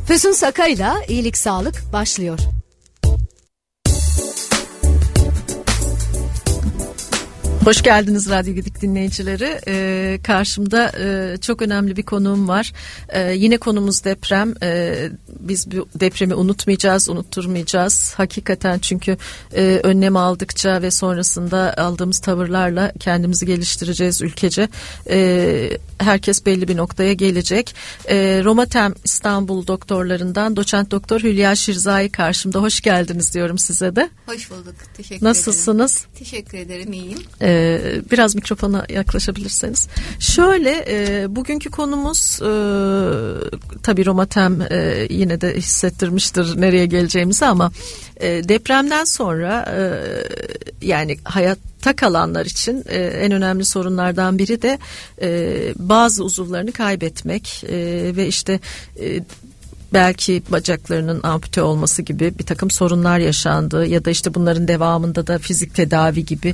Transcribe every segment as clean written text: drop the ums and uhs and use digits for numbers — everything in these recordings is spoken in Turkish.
Füsun Sakay'la İyilik Sağlık başlıyor. Hoş geldiniz Radyo Gedik dinleyicileri. Karşımda çok önemli bir konuğum var. Yine konumuz deprem. Biz bu depremi unutmayacağız, unutturmayacağız. Hakikaten çünkü önlem aldıkça ve sonrasında aldığımız tavırlarla kendimizi geliştireceğiz ülkece. Herkes belli bir noktaya gelecek. Romatem İstanbul doktorlarından doçent doktor Hülya Şirzai karşımda. Hoş geldiniz diyorum size de. Hoş bulduk. Teşekkür ederim. Nasılsınız? Teşekkür ederim. İyiyim. Biraz mikrofona yaklaşabilirseniz. Şöyle bugünkü konumuz tabii Romatem yine de hissettirmiştir nereye geleceğimizi ama depremden sonra yani hayatta kalanlar için en önemli sorunlardan biri de bazı uzuvlarını kaybetmek ve işte belki bacaklarının ampute olması gibi bir takım sorunlar yaşandı ya da işte bunların devamında da fizik tedavi gibi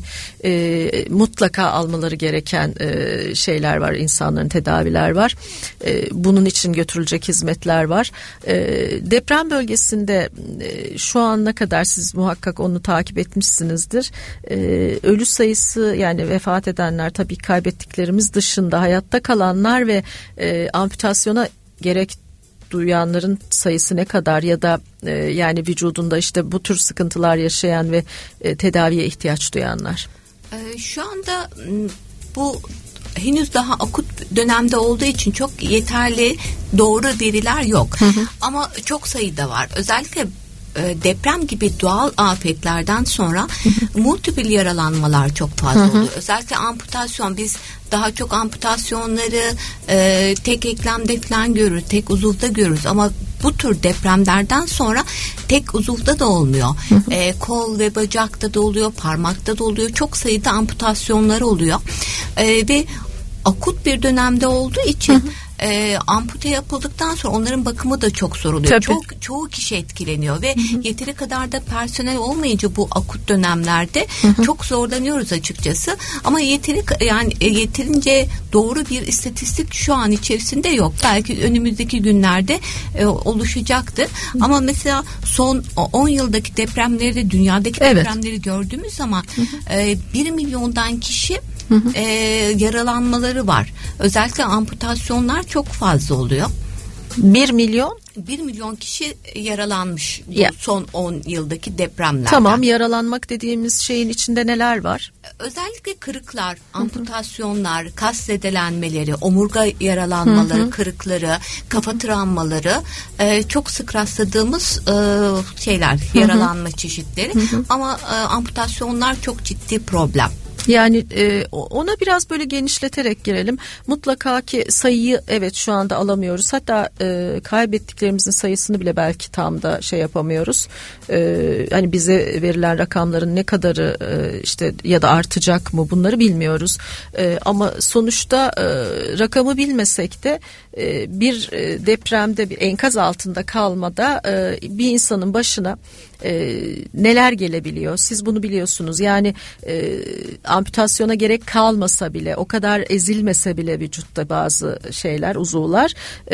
mutlaka almaları gereken şeyler var, insanların tedaviler var. Bunun için götürülecek hizmetler var. Deprem bölgesinde şu ana kadar siz muhakkak onu takip etmişsinizdir. Ölü sayısı yani vefat edenler tabii kaybettiklerimiz dışında hayatta kalanlar ve amputasyona gerek duyanların sayısı ne kadar ya da yani vücudunda işte bu tür sıkıntılar yaşayan ve tedaviye ihtiyaç duyanlar? Şu anda bu henüz daha akut dönemde olduğu için çok yeterli doğru veriler yok. Ama çok sayıda var. Özellikle deprem gibi doğal afetlerden sonra multiple yaralanmalar çok fazla oluyor. Özellikle amputasyon, biz daha çok amputasyonları tek eklemde falan görürüz, tek uzuvda görürüz ama bu tür depremlerden sonra tek uzuvda da olmuyor. Kol ve bacakta da oluyor, parmakta da oluyor. Çok sayıda amputasyonlar oluyor. Ve akut bir dönemde olduğu için ampute yapıldıktan sonra onların bakımı da çok zor oluyor. Çoğu kişi etkileniyor ve yeteri kadar da personel olmayınca bu akut dönemlerde çok zorlanıyoruz açıkçası. Ama yeterince doğru bir istatistik şu an içerisinde yok. Belki önümüzdeki günlerde oluşacaktır. Ama mesela son 10 yıldaki depremleri, dünyadaki depremleri gördüğümüz zaman 1 milyondan kişi yaralanmaları var. Özellikle amputasyonlar çok fazla oluyor. 1 milyon kişi yaralanmış son 10 yıldaki depremlerden. Tamam, yaralanmak dediğimiz şeyin içinde neler var? Özellikle kırıklar, amputasyonlar, kas zedelenmeleri, omurga yaralanmaları, kırıkları, kafa travmaları çok sık rastladığımız şeyler, yaralanma çeşitleri. Ama amputasyonlar çok ciddi problem. Yani ona biraz böyle genişleterek girelim. Mutlaka ki sayıyı evet şu anda alamıyoruz. Hatta kaybettiklerimizin sayısını bile belki tam da şey yapamıyoruz. Hani bize verilen rakamların ne kadarı işte ya da artacak mı bunları bilmiyoruz. Ama sonuçta rakamı bilmesek de bir depremde bir enkaz altında kalmada bir insanın başına neler gelebiliyor? Siz bunu biliyorsunuz. Yani amputasyona gerek kalmasa bile, o kadar ezilmese bile vücutta bazı şeyler, uzuvlar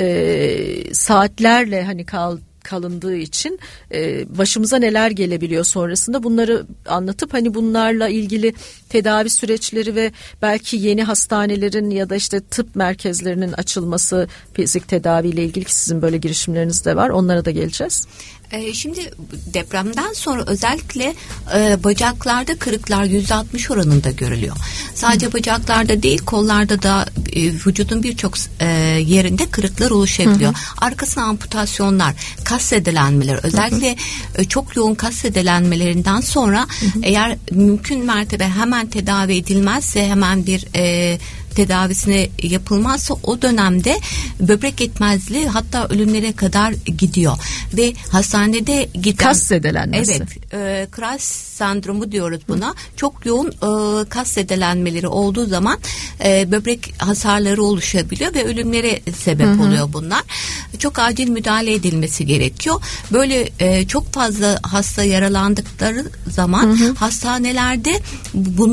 saatlerle hani kalındığı için başımıza neler gelebiliyor sonrasında bunları anlatıp hani bunlarla ilgili tedavi süreçleri ve belki yeni hastanelerin ya da işte tıp merkezlerinin açılması, fizik tedaviyle ilgili sizin böyle girişimleriniz de var. Onlara da geleceğiz. Şimdi depremden sonra özellikle bacaklarda kırıklar %60 oranında görülüyor. Sadece bacaklarda değil, kollarda da vücudun birçok yerinde kırıklar oluşabiliyor. Arkasına amputasyonlar, kas zedelenmeler, özellikle çok yoğun kas zedelenmelerinden sonra eğer mümkün mertebe hemen tedavi edilmezse, hemen bir tedavisine yapılmazsa o dönemde böbrek yetmezliği hatta ölümlere kadar gidiyor ve hastanede giden kas zedelenmesi. Evet, Kras sendromu diyoruz buna. Çok yoğun kas zedelenmeleri olduğu zaman böbrek hasarları oluşabiliyor ve ölümlere sebep oluyor bunlar. Çok acil müdahale edilmesi gerekiyor. Böyle çok fazla hasta yaralandıkları zaman hastanelerde bunları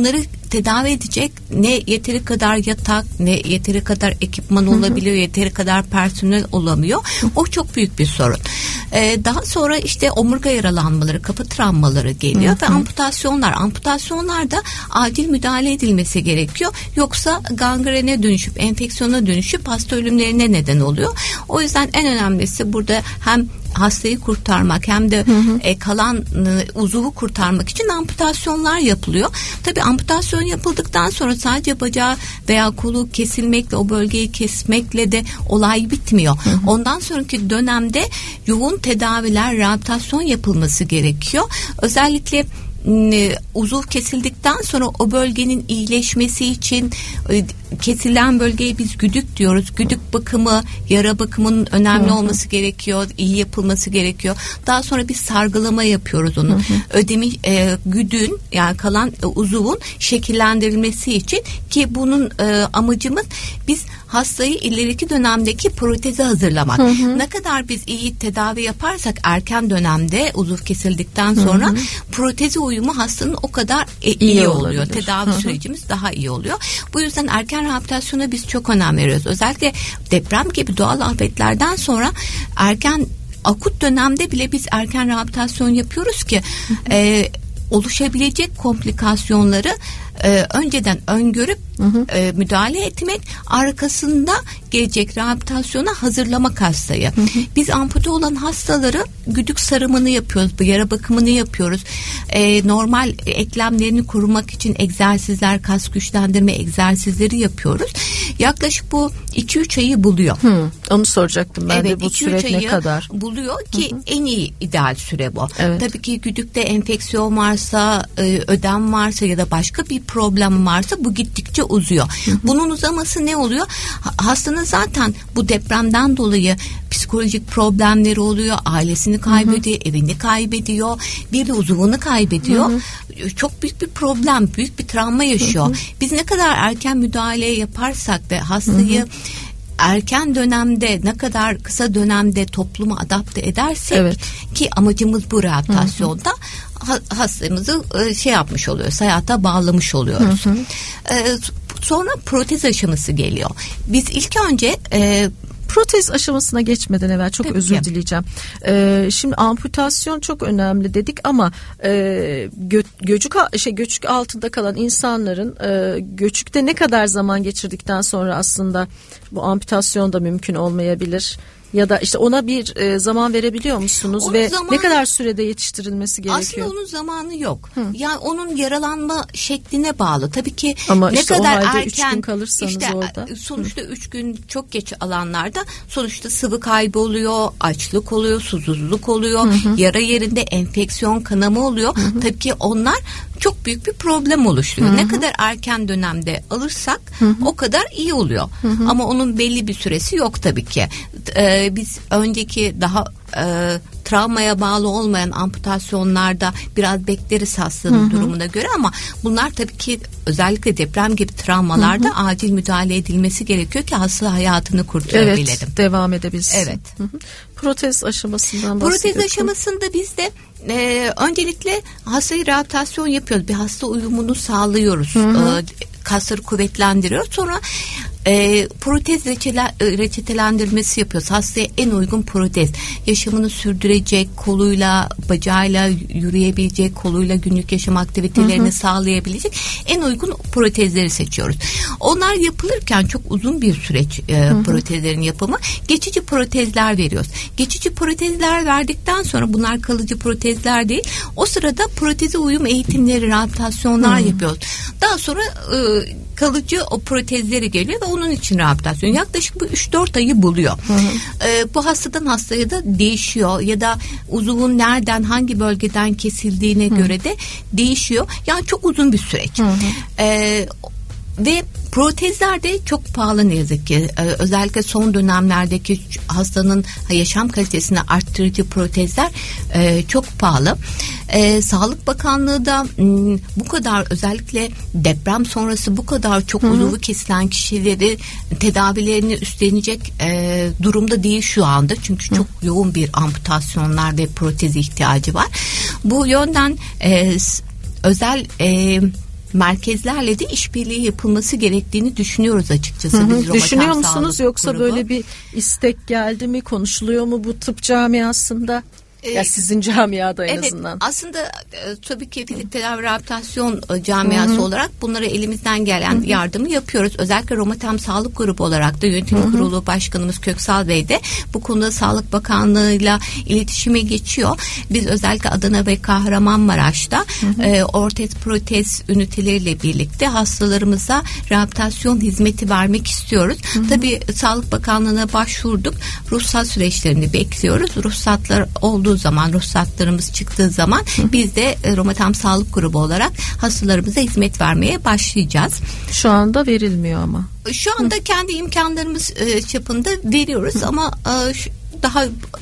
tedavi edecek ne yeteri kadar yatak, ne yeteri kadar ekipman olabiliyor, yeteri kadar personel olamıyor. O çok büyük bir sorun. Daha sonra işte omurga yaralanmaları, kapı travmaları geliyor ve amputasyonlarda acil müdahale edilmesi gerekiyor. Yoksa gangrene dönüşüp, enfeksiyona dönüşüp hasta ölümlerine neden oluyor. O yüzden en önemlisi burada hem hastayı kurtarmak hem de kalan uzuvu kurtarmak için amputasyonlar yapılıyor. Tabii amputasyon yapıldıktan sonra sadece bacağı veya kolu kesilmekle, o bölgeyi kesmekle de olay bitmiyor. Ondan sonraki dönemde yoğun tedaviler, rehabilitasyon yapılması gerekiyor. Özellikle uzuv kesildikten sonra o bölgenin iyileşmesi için kesilen bölgeye biz güdük diyoruz. Güdük bakımı, yara bakımının önemli olması gerekiyor, iyi yapılması gerekiyor. Daha sonra bir sargılama yapıyoruz onu. Güdüğün, yani kalan uzuvun şekillendirilmesi için, ki bunun amacımız biz hastayı ileriki dönemdeki proteze hazırlamak. Ne kadar biz iyi tedavi yaparsak erken dönemde uzuv kesildikten sonra proteze uyumu hastanın o kadar iyi oluyor. Tedavi sürecimiz daha iyi oluyor. Bu yüzden erken rehabilitasyona biz çok önem veriyoruz. Özellikle deprem gibi doğal afetlerden sonra akut dönemde bile biz erken rehabilitasyon yapıyoruz ki oluşabilecek komplikasyonları önceden öngörüp müdahale etmek, arkasında gelecek rehabilitasyona hazırlamak hastayı. Biz ampute olan hastaları güdük sarımını yapıyoruz, bu yara bakımını yapıyoruz. Normal eklemlerini korumak için egzersizler, kas güçlendirme egzersizleri yapıyoruz. Yaklaşık bu 2-3 ayı buluyor. Onu soracaktım ben de, bu süre ne kadar? Buluyor ki en iyi ideal süre bu. Evet. Tabii ki güdükte enfeksiyon varsa, ödem varsa ya da başka bir problem varsa bu gittikçe uzuyor. Bunun uzaması ne oluyor? Hastanın zaten bu depremden dolayı psikolojik problemleri oluyor. Ailesini kaybediyor, evini kaybediyor, bir de uzuvunu kaybediyor. Çok büyük bir problem, büyük bir travma yaşıyor. Biz ne kadar erken müdahale yaparsak ve hastayı erken dönemde, ne kadar kısa dönemde topluma adapte edersek, ki amacımız bu rehabilitasyonda, hastamızı yapmış oluyoruz, hayata bağlamış oluyoruz. Sonra protez aşaması geliyor. Biz ilk önce protez aşamasına geçmeden evvel çok özür dileyeceğim. Şimdi amputasyon çok önemli dedik ama göçük altında kalan insanların göçükte ne kadar zaman geçirdikten sonra aslında bu amputasyon da mümkün olmayabilir? Ya da işte ona bir zaman verebiliyor musunuz ve ne kadar sürede yetiştirilmesi gerekiyor? Aslında onun zamanı yok. Yani onun yaralanma şekline bağlı. Tabii ki ama ne işte kadar erken 3 gün kalırsanız orada. Sonuçta 3 gün çok geç alanlarda sonuçta sıvı kaybı oluyor, açlık oluyor, susuzluk oluyor, yara yerinde enfeksiyon, kanama oluyor. Tabii ki onlar çok büyük bir problem oluşturuyor. Ne kadar erken dönemde alırsak o kadar iyi oluyor. Ama onun belli bir süresi yok tabii ki. Biz önceki daha travmaya bağlı olmayan amputasyonlarda biraz bekleriz hastanın durumuna göre, ama bunlar tabii ki özellikle deprem gibi travmalarda acil müdahale edilmesi gerekiyor ki hasta hayatını kurtarabilelim. Evet, devam edebilsin. Evet. Protez aşamasından bahsediyorsun. Protez aşamasında biz de öncelikle hastayı rehabilitasyon yapıyoruz. Bir hasta uyumunu sağlıyoruz. Kasları kuvvetlendiriyoruz. Sonra protez reçetelendirmesi yapıyoruz. Hastaya en uygun protez. Yaşamını sürdürecek, koluyla, bacağıyla yürüyebilecek, koluyla günlük yaşam aktivitelerini sağlayabilecek en uygun protezleri seçiyoruz. Onlar yapılırken çok uzun bir süreç protezlerin yapımı. Geçici protezler veriyoruz. Geçici protezler verdikten sonra, bunlar kalıcı protezler değil, o sırada proteze uyum eğitimleri, rehabilitasyonlar yapıyoruz. Daha sonra kalıcı o protezleri geliyor ve onun için rehabilitasyon. Yaklaşık bu 3-4 ayı buluyor. Bu hastadan hastaya da değişiyor ya da uzuvun nereden, hangi bölgeden kesildiğine göre de değişiyor. Yani çok uzun bir süreç. Ve protezler de çok pahalı ne yazık ki. Özellikle son dönemlerdeki hastanın yaşam kalitesini arttırıcı protezler çok pahalı. Sağlık Bakanlığı da bu kadar, özellikle deprem sonrası bu kadar çok uzuvu kesilen kişileri tedavilerini üstlenecek durumda değil şu anda. Çünkü çok yoğun bir amputasyonlar ve protez ihtiyacı var. Bu yönden özel merkezlerle de işbirliği yapılması gerektiğini düşünüyoruz açıkçası. Biz düşünüyor musunuz yoksa grubu. Böyle bir istek geldi mi, konuşuluyor mu bu tıp camiasında? Ya sizin camiada en azından. Aslında tabii ki fizik tedavi rehabilitasyon camiası olarak bunlara elimizden gelen yardımı yapıyoruz. Özellikle Romatem Sağlık Grubu olarak da yönetim kurulu başkanımız Köksal Bey de bu konuda Sağlık Bakanlığı'yla iletişime geçiyor. Biz özellikle Adana ve Kahramanmaraş'ta ortez protez üniteleriyle birlikte hastalarımıza rehabilitasyon hizmeti vermek istiyoruz. Tabii Sağlık Bakanlığı'na başvurduk. Ruhsat süreçlerini bekliyoruz. Ruhsatlar olduğu zaman, ruhsatlarımız çıktığı zaman biz de Romatem Sağlık Grubu olarak hastalarımıza hizmet vermeye başlayacağız. Şu anda verilmiyor ama. Şu anda kendi imkanlarımız çapında veriyoruz ama daha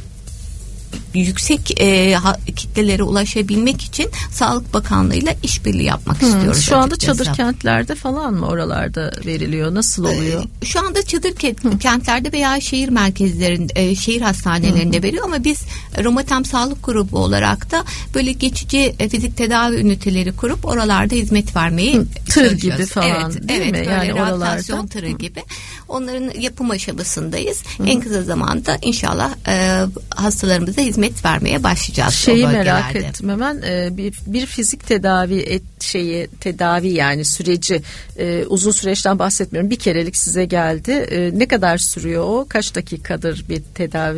yüksek kitlelere ulaşabilmek için Sağlık Bakanlığı'yla işbirliği yapmak istiyoruz. Şu anda açıkçası. çadır kentlerde falan mı oralarda veriliyor? Nasıl oluyor? Şu anda çadır kentlerde veya şehir merkezlerinde, şehir hastanelerinde veriyor ama biz Romatem Sağlık Grubu olarak da böyle geçici fizik tedavi üniteleri kurup oralarda hizmet vermeyi tır gibi falan değil evet, mi? Yani oralarda tırı gibi. Onların yapım aşamasındayız. En kısa zamanda inşallah hastalarımıza hizmet vermeye başlayacağız. Şeyi merak ettim hemen bir fizik tedavi tedavi yani süreci uzun süreçten bahsetmiyorum. Bir kerelik size geldi. Ne kadar sürüyor o? Kaç dakikadır bir tedavi?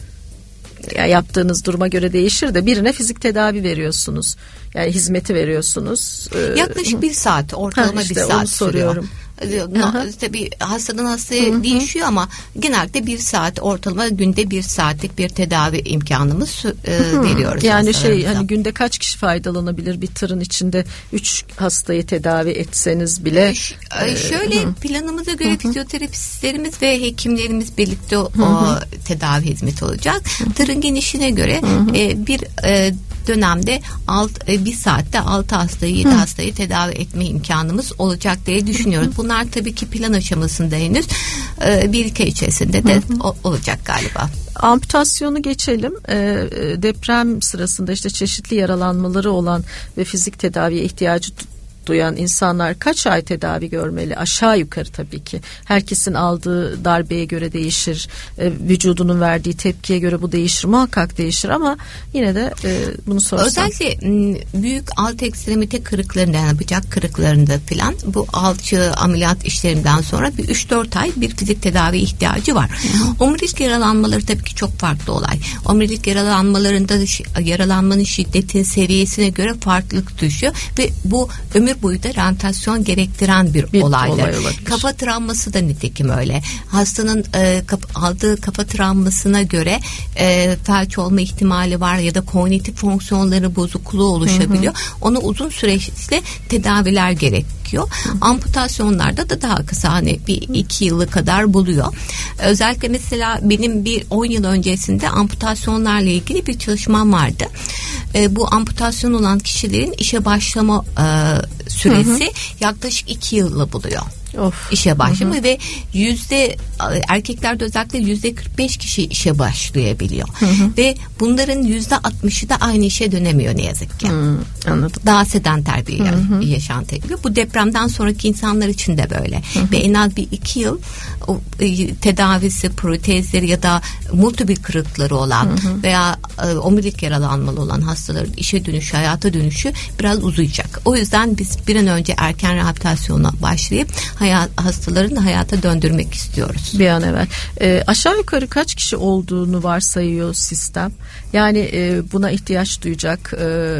Ya yaptığınız duruma göre değişir de birine fizik tedavi veriyorsunuz. Yani hizmeti veriyorsunuz. Yaklaşık 1 saat, ortalama 1 saat soruyorum. Tabii hastadan hastaya değişiyor ama genelde 1 saat, ortalama günde 1 saatlik bir tedavi imkanımız veriyoruz. Yani hani günde kaç kişi faydalanabilir bir tırın içinde 3 hastayı tedavi etseniz bile? Şöyle planımıza göre fizyoterapistlerimiz ve hekimlerimiz birlikte o tedavi hizmeti olacak. Tırın genişliğine göre bir dönemde 1 saatte 6 hastayı 7 hastayı tedavi etme imkanımız olacak diye düşünüyoruz. Bunlar tabii ki plan aşamasında henüz 1-2 ay içerisinde de olacak galiba. Amputasyonu geçelim. Deprem sırasında işte çeşitli yaralanmaları olan ve fizik tedaviye ihtiyacı duyan insanlar kaç ay tedavi görmeli? Aşağı yukarı tabii ki. Herkesin aldığı darbeye göre değişir. Vücudunun verdiği tepkiye göre bu değişir. Muhakkak değişir ama yine de bunu sorsam. Özellikle büyük alt ekstremite kırıklarında, yani bacak kırıklarında filan bu alçı ameliyat işlerinden sonra bir 3-4 ay bir fizik tedavi ihtiyacı var. Omurilik yaralanmaları tabii ki çok farklı olay. Omurilik yaralanmalarında yaralanmanın şiddetin seviyesine göre farklılık düşüyor ve bu ömür boyu da rehabilitasyon gerektiren bir olaydır. Kafa travması da nitekim öyle. Hastanın aldığı kafa travmasına göre felç olma ihtimali var ya da kognitif fonksiyonları bozukluğu oluşabiliyor. Ona uzun süreçli tedaviler gerekiyor. Amputasyonlarda da daha kısa, hani bir 2 yılı kadar buluyor. Özellikle mesela benim bir 10 yıl öncesinde amputasyonlarla ilgili bir çalışmam vardı. Bu amputasyon olan kişilerin işe başlama süresi yaklaşık 2 yılı buluyor. İşe başlama ve erkeklerde özellikle %45 kişi işe başlayabiliyor. Ve bunların %60'ı da aynı işe dönemiyor ne yazık ki. Anladım. Daha sedanter bir yaşantı yapıyor. Bu depremden sonraki insanlar için de böyle. Ve en az bir 2 yıl tedavisi, protezleri ya da multiple kırıkları olan veya omurilik yaralanmalı olan hastaların işe dönüşü, hayata dönüşü biraz uzayacak. O yüzden biz bir an önce erken rehabilitasyona başlayıp hastaların da hayata döndürmek istiyoruz. Bir an evvel. Aşağı yukarı kaç kişi olduğunu varsayıyor sistem? Yani buna ihtiyaç duyacak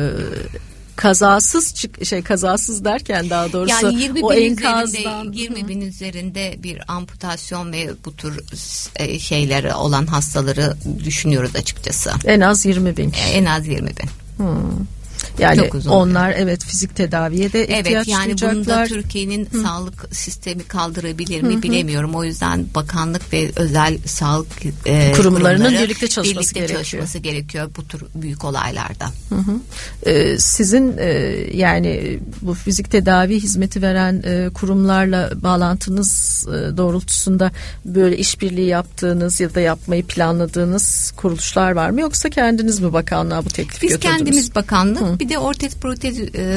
kazasız derken daha doğrusu yani 20 bin üzerinde bir amputasyon ve bu tür şeyleri olan hastaları düşünüyoruz açıkçası. En az 20 bin kişi. En az 20 bin. Yani onlar evet fizik tedaviye de ihtiyaç yani duyacaklar. bunu da Türkiye'nin sağlık sistemi kaldırabilir mi bilemiyorum. O yüzden bakanlık ve özel sağlık kurumlarının birlikte çalışması gerekiyor bu tür büyük olaylarda. Sizin yani bu fizik tedavi hizmeti veren kurumlarla bağlantınız doğrultusunda böyle işbirliği yaptığınız ya da yapmayı planladığınız kuruluşlar var mı, yoksa kendiniz mi bakanlığa bu teklifi götürdünüz? Biz kendimiz bakanlık, bir de ortez protez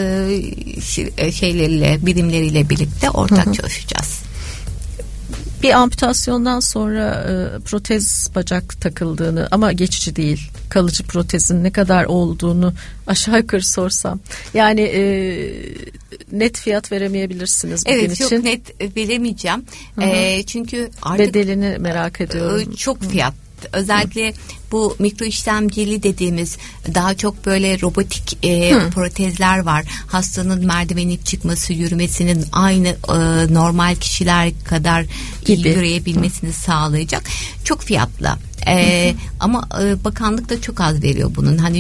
birimleriyle birlikte ortak çalışacağız. Bir amputasyondan sonra protez bacak takıldığını, ama geçici değil, kalıcı protezin ne kadar olduğunu aşağı yukarı sorsam, yani net fiyat veremeyebilirsiniz bugün için. Evet, çok net veremeyeceğim. Çünkü artık bedelini merak ediyorum. Çok fiyat. Özellikle bu mikro işlemcili dediğimiz daha çok böyle robotik protezler var. Hastanın merdiven çıkması, yürümesinin aynı normal kişiler kadar iyi yürüyebilmesini sağlayacak. Çok fiyatlı. Ama bakanlık da çok az veriyor bunun. Hani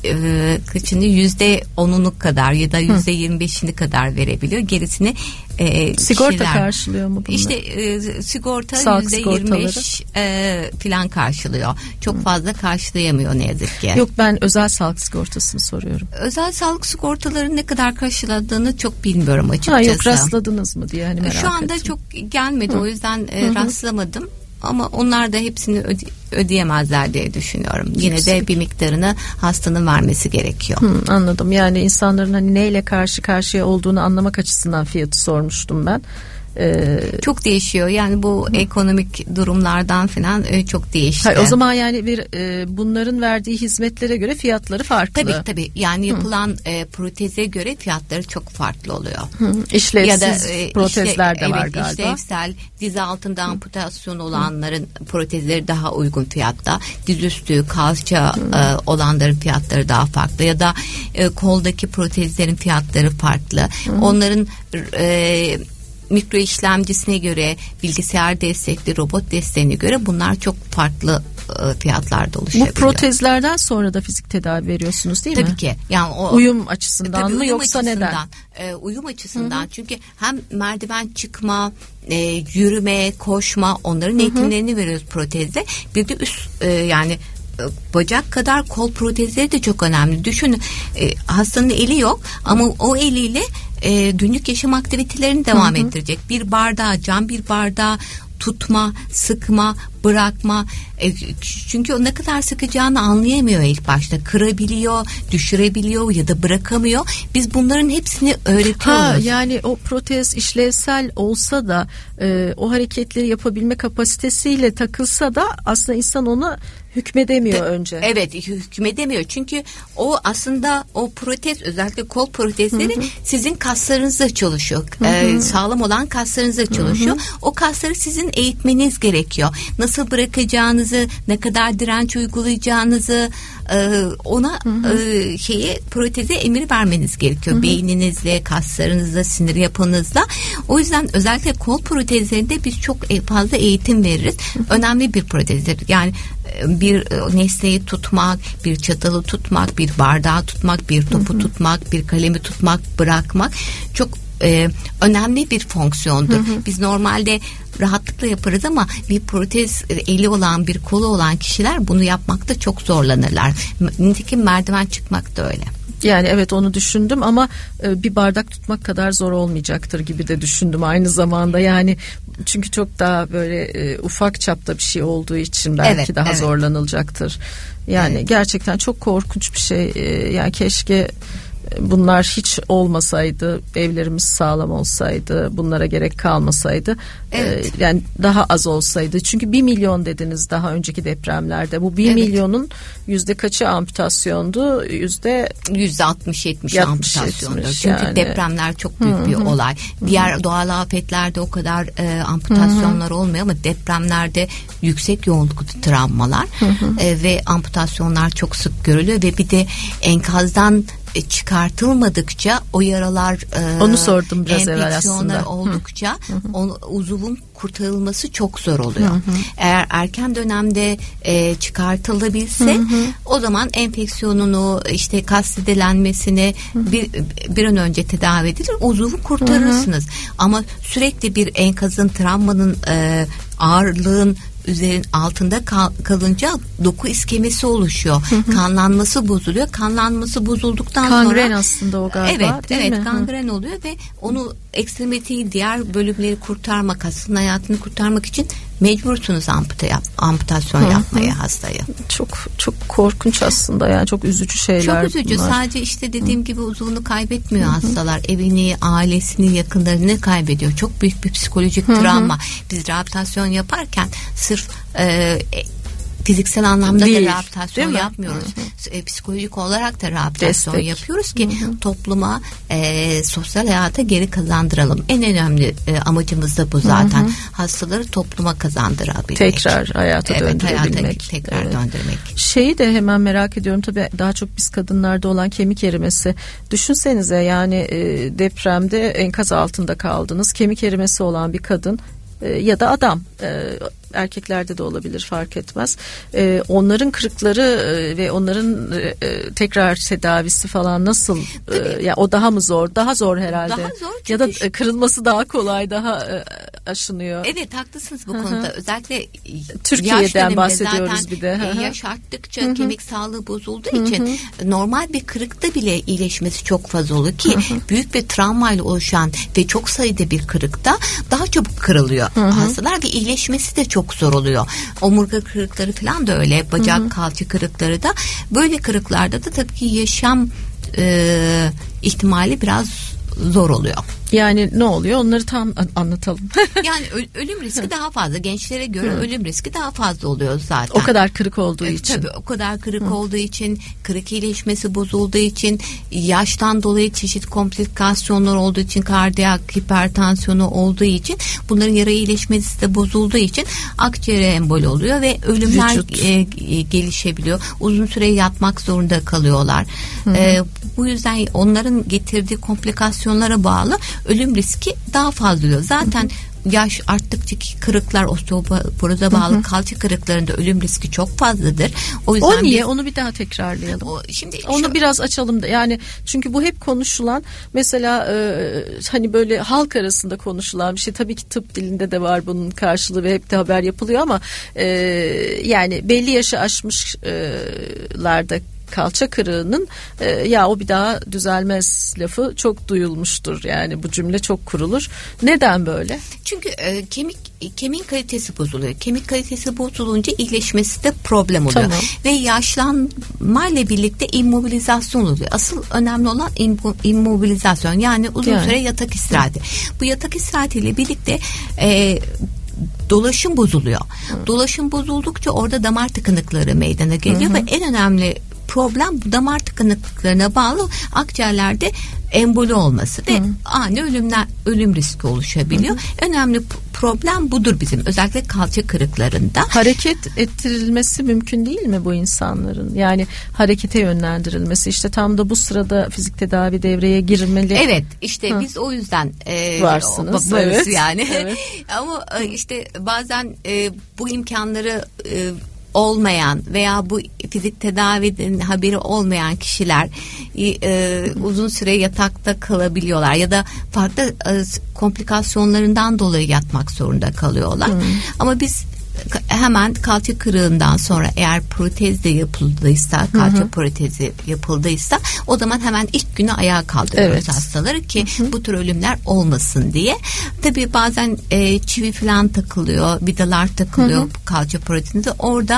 %10'unu kadar ya da %25'ini kadar verebiliyor. Gerisini sigorta karşılıyor mu bunları? İşte sigorta %25 falan karşılıyor. Çok fazla karşılayamıyor ne yazık ki. Yok, ben özel sağlık sigortasını soruyorum. Özel sağlık sigortaları ne kadar karşıladığını çok bilmiyorum açıkçası. Yok, rastladınız mı diye hani merak Şu anda ettim. Çok gelmedi, o yüzden rastlamadım. Ama onlar da hepsini ödeyemezler diye düşünüyorum. Yine de bir miktarını hastanın vermesi gerekiyor. Anladım. Yani insanların hani neyle karşı karşıya olduğunu anlamak açısından fiyatı sormuştum ben. Çok değişiyor. Yani bu ekonomik durumlardan falan çok değişti. Hayır, o zaman yani bunların verdiği hizmetlere göre fiyatları farklı. Tabii. Yani yapılan proteze göre fiyatları çok farklı oluyor. İşlevsiz ya da, protezler de var galiba. İşlevsel, diz altında amputasyon olanların protezleri daha uygun fiyatta. Dizüstü, kalça olanların fiyatları daha farklı. Ya da koldaki protezlerin fiyatları farklı. Onların mikro işlemcisine göre, bilgisayar destekli, robot desteğine göre bunlar çok farklı fiyatlarda oluşabiliyor. Bu protezlerden sonra da fizik tedavi veriyorsunuz değil mi? Tabii ki. Yani uyum açısından mı yoksa neden? Uyum açısından. Çünkü hem merdiven çıkma, yürüme, koşma, onların eğitimlerini veriyoruz protezde. Bir de üst yani bacak kadar kol protezleri de çok önemli. Düşünün, hastanın eli yok ama o eliyle günlük yaşam aktivitelerini devam ettirecek. Cam bir bardağı tutma, sıkma, bırakma. Çünkü o ne kadar sıkacağını anlayamıyor ilk başta. Kırabiliyor, düşürebiliyor ya da bırakamıyor. Biz bunların hepsini öğretiyoruz. Yani o protez işlevsel olsa da o hareketleri yapabilme kapasitesiyle takılsa da aslında insan ona hükmedemiyor önce. Evet, hükmedemiyor. Çünkü o aslında o protez, özellikle kol protezleri sizin kaslarınızda çalışıyor. Sağlam olan kaslarınızda çalışıyor. O kasları sizin eğitmeniz gerekiyor. Nasıl bırakacağınızı, ne kadar direnç uygulayacağınızı ona proteze emir vermeniz gerekiyor. Beyninizle, kaslarınızla, sinir yapınızla. O yüzden özellikle kol protezlerinde biz çok fazla eğitim veririz. Önemli bir protezdir. Yani bir nesneyi tutmak, bir çatalı tutmak, bir bardağı tutmak, bir topu tutmak, bir kalemi tutmak, bırakmak çok önemli bir fonksiyondur. Biz normalde rahatlıkla yaparız ama bir protez eli olan, bir kolu olan kişiler bunu yapmakta çok zorlanırlar. Nitekim merdiven çıkmak da öyle. Yani evet, onu düşündüm ama bir bardak tutmak kadar zor olmayacaktır gibi de düşündüm aynı zamanda. Yani çünkü çok daha böyle ufak çapta bir şey olduğu için belki daha zorlanılacaktır. Yani gerçekten çok korkunç bir şey. Yani keşke bunlar hiç olmasaydı, evlerimiz sağlam olsaydı, bunlara gerek kalmasaydı, yani daha az olsaydı. Çünkü 1 milyon dediniz daha önceki depremlerde. Bu 1 milyonun yüzde kaçı amputasyondu? %60-70 amputasyondur. Çünkü depremler çok büyük bir olay. Diğer doğal afetlerde o kadar amputasyonlar olmuyor ama depremlerde yüksek yoğunluklu travmalar ve amputasyonlar çok sık görülüyor ve bir de çıkartılmadıkça o yaralar, onu sordum biraz evvel aslında, oldukça uzuvun kurtarılması çok zor oluyor. Eğer erken dönemde çıkartılabilse o zaman enfeksiyonunu, kastedilenmesini bir an önce tedavi edilir, uzuvu kurtarırsınız. Ama sürekli bir enkazın, travmanın, ağırlığın altında kalınca doku iskemesi oluşuyor. Kanlanması bozuluyor. Kanlanması bozulduktan sonra kangren aslında o galiba, değil mi? Kangren oluyor ve onu ekstremiteyi, diğer bölümleri kurtarmak, hastanın hayatını kurtarmak için mecbursunuz amputasyon yapmaya hastayı. Çok çok korkunç aslında, yani çok üzücü şeyler. Çok üzücü. Bunlar. Sadece işte dediğim gibi uzvunu kaybetmiyor hastalar. Evini, ailesini, yakınlarını kaybediyor. Çok büyük bir psikolojik travma. Biz rehabilitasyon yaparken sırf fiziksel anlamda değil, da rehabilitasyon yapmıyoruz. Psikolojik olarak da rehabilitasyon yapıyoruz ki topluma, sosyal hayata geri kazandıralım. En önemli amacımız da bu zaten. Hastaları topluma kazandırabilmek. Tekrar hayata döndürebilmek. Tekrar döndürmek. Şeyi de hemen merak ediyorum, tabii daha çok biz kadınlarda olan kemik erimesi. Düşünsenize, yani depremde enkaz altında kaldınız. Kemik erimesi olan bir kadın ya da adam, erkeklerde de olabilir, fark etmez. Onların kırıkları ve onların tekrar tedavisi falan nasıl? Ya o daha mı zor? Daha zor herhalde. Daha zor ya da kırılması daha kolay, daha aşınıyor. Evet, haklısınız bu konuda. Özellikle Türkiye'den bahsediyoruz bir de. Yaş arttıkça kemik sağlığı bozulduğu için normal bir kırıkta bile iyileşmesi çok fazla oluyor ki büyük bir travmayla oluşan ve çok sayıda bir kırıkta daha çabuk kırılıyor hastalar ve iyileşmesi de çok zor oluyor. Omurga kırıkları falan da öyle, bacak kalça kırıkları da, böyle kırıklarda da tabii ki yaşam ihtimali biraz zor oluyor. Yani ne oluyor? Onları tam anlatalım. Yani ölüm riski daha fazla. Gençlere göre ölüm riski daha fazla oluyor zaten. O kadar kırık olduğu için. Tabii, o kadar kırık olduğu için, kırık iyileşmesi bozulduğu için, yaştan dolayı çeşitli komplikasyonlar olduğu için, kardiyak hipertansiyonu olduğu için, bunların yara iyileşmesi de bozulduğu için akciğere emboli oluyor ve ölümler gelişebiliyor. Uzun süre yatmak zorunda kalıyorlar. Bu yüzden onların getirdiği komplikasyonlara bağlı ölüm riski daha fazla oluyor. Zaten yaş arttıkça kırıklar, osteoporoza bağlı kalça kırıklarında ölüm riski çok fazladır. O yüzden niye? Onu bir daha tekrarlayalım. Onu biraz açalım da. Yani çünkü bu hep konuşulan, mesela hani böyle halk arasında konuşulan bir şey. Tabii ki tıp dilinde de var bunun karşılığı ve hep de haber yapılıyor ama yani belli yaşı aşmışlarda kalça kırığının ya o bir daha düzelmez lafı çok duyulmuştur. Yani bu cümle çok kurulur. Neden böyle? Çünkü kemiğin kalitesi bozuluyor. Kemik kalitesi bozulunca iyileşmesi de problem oluyor. Tamam. Ve yaşlanmayla birlikte immobilizasyon oluyor. Asıl önemli olan immobilizasyon. Yani uzun süre yatak istirahati. Bu yatak istirahatiyle birlikte dolaşım bozuluyor. Dolaşım bozuldukça orada damar tıkanıkları meydana geliyor ve en önemli problem bu damar tıkanıklarına bağlı akciğerlerde emboli olması ve ani ölüm riski oluşabiliyor. Önemli problem budur bizim, özellikle kalça kırıklarında. Hareket ettirilmesi mümkün değil mi bu insanların? Yani harekete yönlendirilmesi, işte tam da bu sırada fizik tedavi devreye girmeli. Evet, işte biz o yüzden varsınız. Evet. Yani. Evet. Ama işte bazen bu imkanları olmayan veya bu fizik tedaviden haberi olmayan kişiler uzun süre yatakta kalabiliyorlar ya da farklı komplikasyonlarından dolayı yatmak zorunda kalıyorlar. Ama biz hemen kalça kırığından sonra eğer protez de yapıldıysa, kalça protezi yapıldıysa, o zaman hemen ilk günü ayağa kaldırıyoruz hastaları ki bu tür ölümler olmasın diye. Tabii bazen çivi falan takılıyor, vidalar takılıyor kalça protezinde. Orada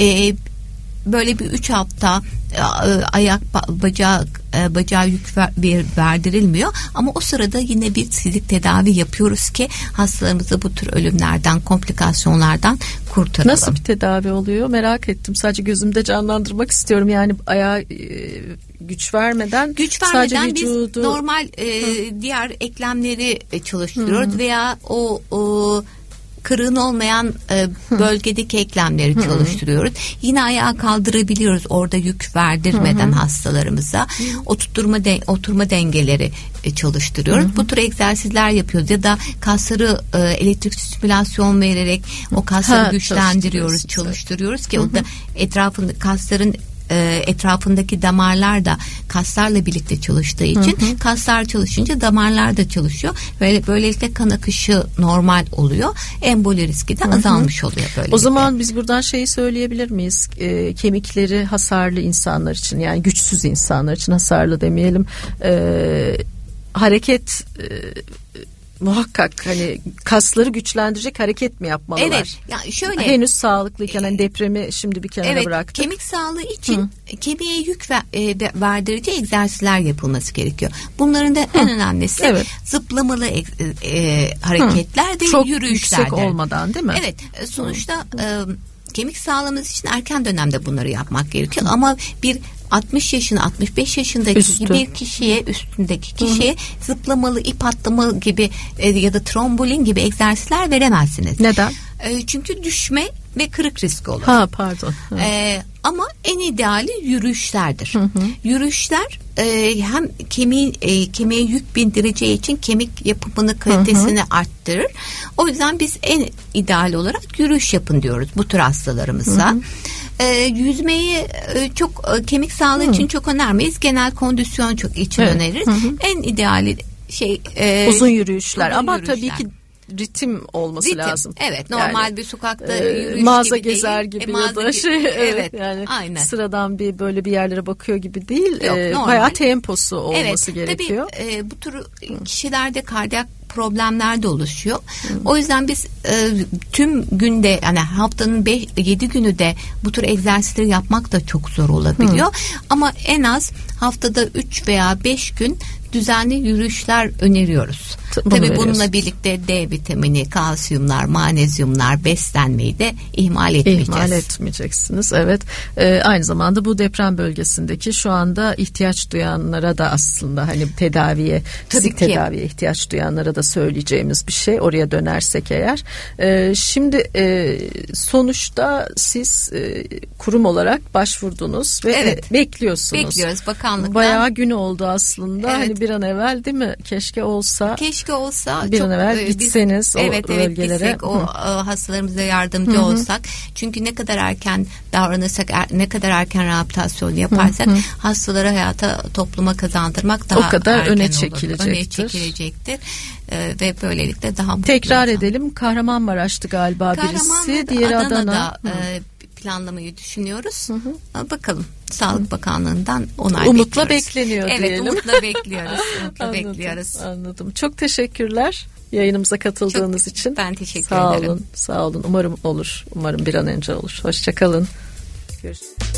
böyle bir 3 hafta ayak bacağa yük verdirilmiyor ama o sırada yine bir fizik tedavi yapıyoruz ki hastalarımızı bu tür ölümlerden, komplikasyonlardan kurtaralım. Nasıl bir tedavi oluyor? Merak ettim. Sadece gözümde canlandırmak istiyorum. Yani ayağa güç vermeden sadece vücudu... biz normal diğer eklemleri çalıştırıyoruz veya o kırığın olmayan bölgedeki eklemleri çalıştırıyoruz. Yine ayağa kaldırabiliyoruz orada yük verdirmeden hastalarımıza. Oturma dengeleri çalıştırıyoruz. Bu tür egzersizler yapıyoruz ya da kasları elektrik stimülasyon vererek o kasları güçlendiriyoruz, çalıştırıyoruz ki o da etrafında kasların etrafındaki damarlar da kaslarla birlikte çalıştığı için kaslar çalışınca damarlar da çalışıyor ve böylelikle kan akışı normal oluyor. Emboli riski de azalmış oluyor böylelikle. O zaman biz buradan şeyi söyleyebilir miyiz? Kemikleri hasarlı insanlar için, yani güçsüz insanlar için, hasarlı demeyelim, hareket muhakkak hani kasları güçlendirecek hareket mi yapmalılar? Evet. Yani şöyle. Henüz sağlıklıyken hani depremi şimdi bir kenara bıraktık. Kemik sağlığı için kemiğe yük verdirici egzersizler yapılması gerekiyor. Bunların da en önemlisi zıplamalı hareketler ve çok yürüyüşler. Çok yüksek olmadan değil mi? Evet. Sonuçta kemik sağlığımız için erken dönemde bunları yapmak gerekiyor. Ama bir 60 yaşında 65 yaşındaki bir kişiye, üstündeki kişiye zıplamalı, ip atlama gibi ya da trombolin gibi egzersizler veremezsiniz. Neden? Çünkü düşme ve kırık riski olur. Pardon. Ama en ideali yürüyüşlerdir. Yürüyüşler hem kemiğe yük bindireceği için kemik yapımını, kalitesini arttırır. O yüzden biz en ideal olarak yürüyüş yapın diyoruz bu tür hastalarımıza. Yüzmeyi çok kemik sağlığı için çok önermeyiz. Genel kondisyon çok için öneririz. En ideali uzun yürüyüşler ama tabii ki ritim olması lazım. Evet, normal yani, bir sokakta yürüyüş mağaza gibi gezer değil. gibi ya da yani aynen. Sıradan bir böyle bir yerlere bakıyor gibi değil. Bayağı temposu olması gerekiyor. Tabii bu tür kişilerde kardiyak problemler de oluşuyor. O yüzden biz tüm günde, yani haftanın 7 günü de bu tür egzersizleri yapmak da çok zor olabiliyor. Ama en az haftada 3 veya 5 gün düzenli yürüyüşler öneriyoruz. Tabii bununla birlikte D vitamini, kalsiyumlar, magnezyumlar, beslenmeyi de ihmal etmeyeceğiz. İhmal etmeyeceksiniz. Evet. Aynı zamanda bu deprem bölgesindeki şu anda ihtiyaç duyanlara da aslında hani tedaviye, fizik tedaviye ihtiyaç duyanlara da söyleyeceğimiz bir şey. Oraya dönersek eğer. Şimdi sonuçta siz kurum olarak başvurdunuz ve bekliyorsunuz. Bekliyoruz bakanlıktan. Bayağı gün oldu aslında. Hani bir an evvel değil mi? Keşke olsa. Bir an evvel gitseniz o bölgelere. Gitsek, o hastalarımıza yardımcı olsak. Çünkü ne kadar erken davranırsak, ne kadar erken rehabilitasyon yaparsak hastaları hayata, topluma kazandırmak daha o kadar erken öne çekilecektir. Ve böylelikle daha mutlu tekrar edelim. Kahramanmaraş'tı galiba birisi. Diğeri Adana. Planlamayı düşünüyoruz. Bakalım. Sağlık Bakanlığı'ndan onay umutla bekliyoruz. bekleniyor diyelim. Evet, umutla bekliyoruz. Anladım. Çok teşekkürler yayınımıza katıldığınız için. Ben teşekkür ederim. Sağ olun. Umarım olur. Umarım bir an önce olur. Hoşça kalın. Görüşürüz.